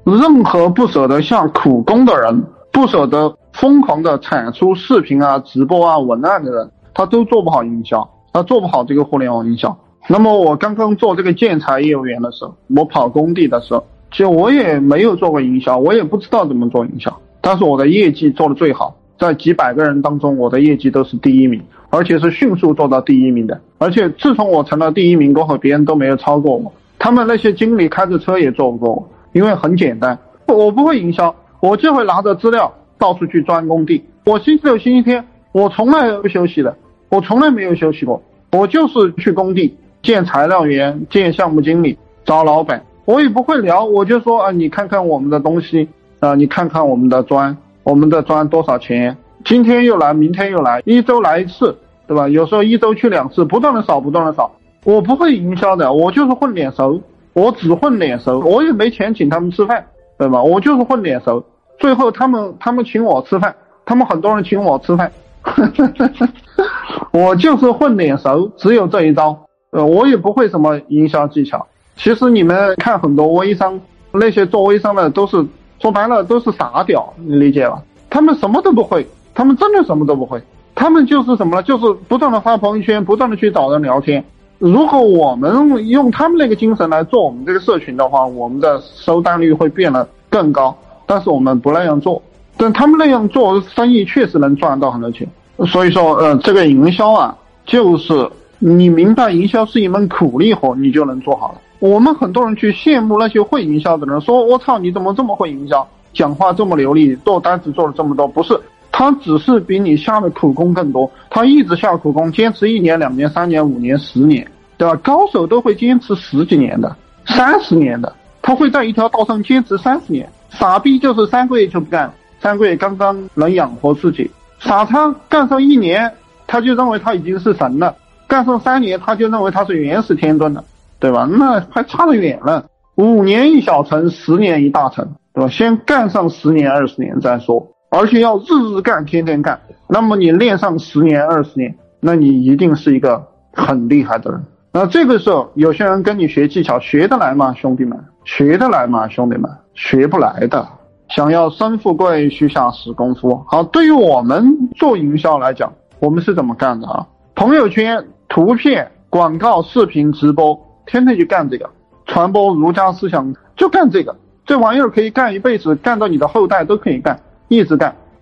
任何不舍得下苦功的人，不舍得疯狂的产出视频啊、直播啊、文案的人，他都做不好营销，他做不好这个互联网营销。那么我刚刚做这个建材业务员的时候，我跑工地的时候，其实我也没有做过营销，我也不知道怎么做营销，但是我的业绩做得最好，在几百个人当中，我的业绩都是第一名，而且是迅速做到第一名的。而且自从我成了第一名过后，别人都没有超过我，他们那些经理开着车也做不过我，因为很简单，我不会营销，我就会拿着资料到处去钻工地。我星期六星期天我从来不休息的，我从来没有休息过，我就是去工地见材料员、见项目经理、找老板。我也不会聊，我就说啊，你看看我们的东西啊，你看看我们的砖多少钱，今天又来，明天又来，一周来一次，对吧？有时候一周去2次，不断的扫。我不会营销的，我就是混脸熟，我只混脸熟，我也没钱请他们吃饭，对吧？我就是混脸熟，最后他们请我吃饭，他们很多人请我吃饭我就是混脸熟，只有这一招。我也不会什么营销技巧。其实你们看很多微商，那些做微商的都是说白了都是傻屌，你理解吧？他们什么都不会，他们真的什么都不会，他们就是什么呢？就是不断的发朋友圈，不断的去找人聊天。如果我们用他们那个精神来做我们这个社群的话，我们的收单率会变得更高，但是我们不那样做，但他们那样做生意确实能赚到很多钱。所以说这个营销啊，就是你明白营销是一门苦力活，你就能做好了。我们很多人去羡慕那些会营销的人，说我操，你怎么这么会营销，讲话这么流利，做单子做了这么多。不是，他只是比你下的苦功更多，他一直下苦功，坚持1年、2年、3年、5年、10年，对吧？高手都会坚持10几年的、30年的，他会在一条道上坚持30年。傻逼就是3个月就不干，3个月刚刚能养活自己。傻叉干上1年，他就认为他已经是神了，干上3年，他就认为他是元始天尊了，对吧？那还差得远了。5年一小成，10年一大成，对吧？先干上10年、20年再说，而且要日日干，天天干。那么你练上10年、20年，那你一定是一个很厉害的人。那这个时候，有些人跟你学技巧，学得来吗，兄弟们？学得来吗，兄弟们？学不来的。想要生富贵，须下死功夫。好，对于我们做营销来讲，我们是怎么干的啊？朋友圈、图片、广告、视频、直播，天天去干这个，传播儒家思想，就干这个。这玩意儿可以干一辈子，干到你的后代都可以干，一直干。